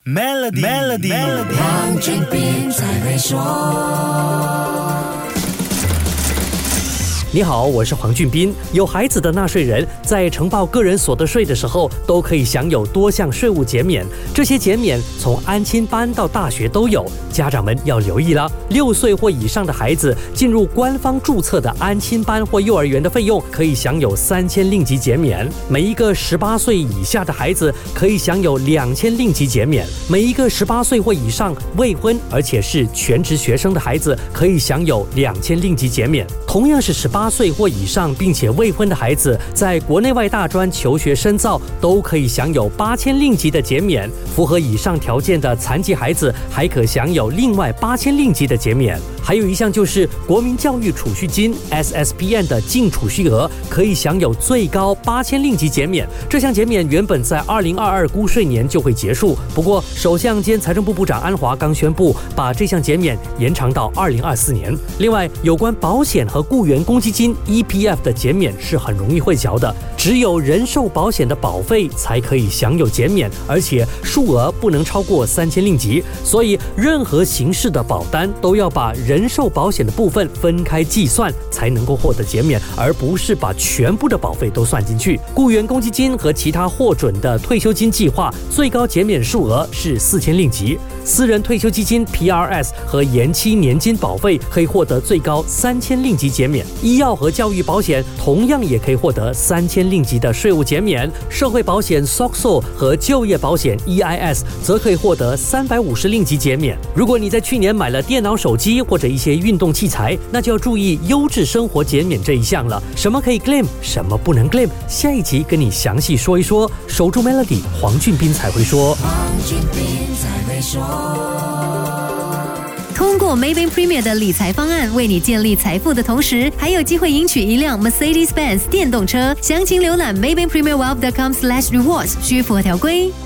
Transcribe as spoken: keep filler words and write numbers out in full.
Melody Melody， 黄俊斌才会说。 你好，我是黄俊斌。有孩子的纳税人在呈报个人所得税的时候，都可以享有多项税务减免。这些减免从安亲班到大学都有，家长们要留意了。六岁或以上的孩子进入官方注册的安亲班或幼儿园的费用，可以享有三千令吉减免。每一个十八岁以下的孩子可以享有两千令吉减免。每一个十八岁或以上未婚而且是全职学生的孩子，可以享有两千令吉减免。同样是十八岁或以上并且未婚的孩子，在国内外大专求学深造都可以享有八千令吉的减免。符合以上条件的残疾孩子还可享有另外八千令吉的减免。还有一项就是国民教育储蓄金 S S P N 的净储蓄额可以享有最高八千令吉减免。这项减免原本在二零二二估税年就会结束，不过首相兼财政部部长安华刚宣布把这项减免延长到二零二四年。另外，有关保险和雇员公积金 E P F 的减免是很容易混淆的，只有人寿保险的保费才可以享有减免，而且数额不能超过三千令吉，所以任何形式的保单都要把人寿保险的部分分开计算才能够获得减免，而不是把全部的保费都算进去。雇员公积金和其他获准的退休金计划最高减免数额是四千令吉，私人退休基金 P R S 和延期年金保费可以获得最高三千令吉减免。医药和教育保险同样也可以获得三千令吉的税务减免。社会保险 S O C S O 和就业保险 E I S 则可以获得三百五十令吉减免。如果你在去年买了电脑、手机或者一些运动器材，那就要注意优质生活减免这一项了。什么可以 claim， 什么不能 claim， 下一集跟你详细说一说。守住 Melody， 黄俊斌才会说。 黄俊斌才会说。 通过 Maybank Premier 的理财方案，为你建立财富的同时，还有机会赢取一辆 Mercedes-Benz 电动车。详情浏览 maybank premier wealth dot com slash rewards， 需符合条规。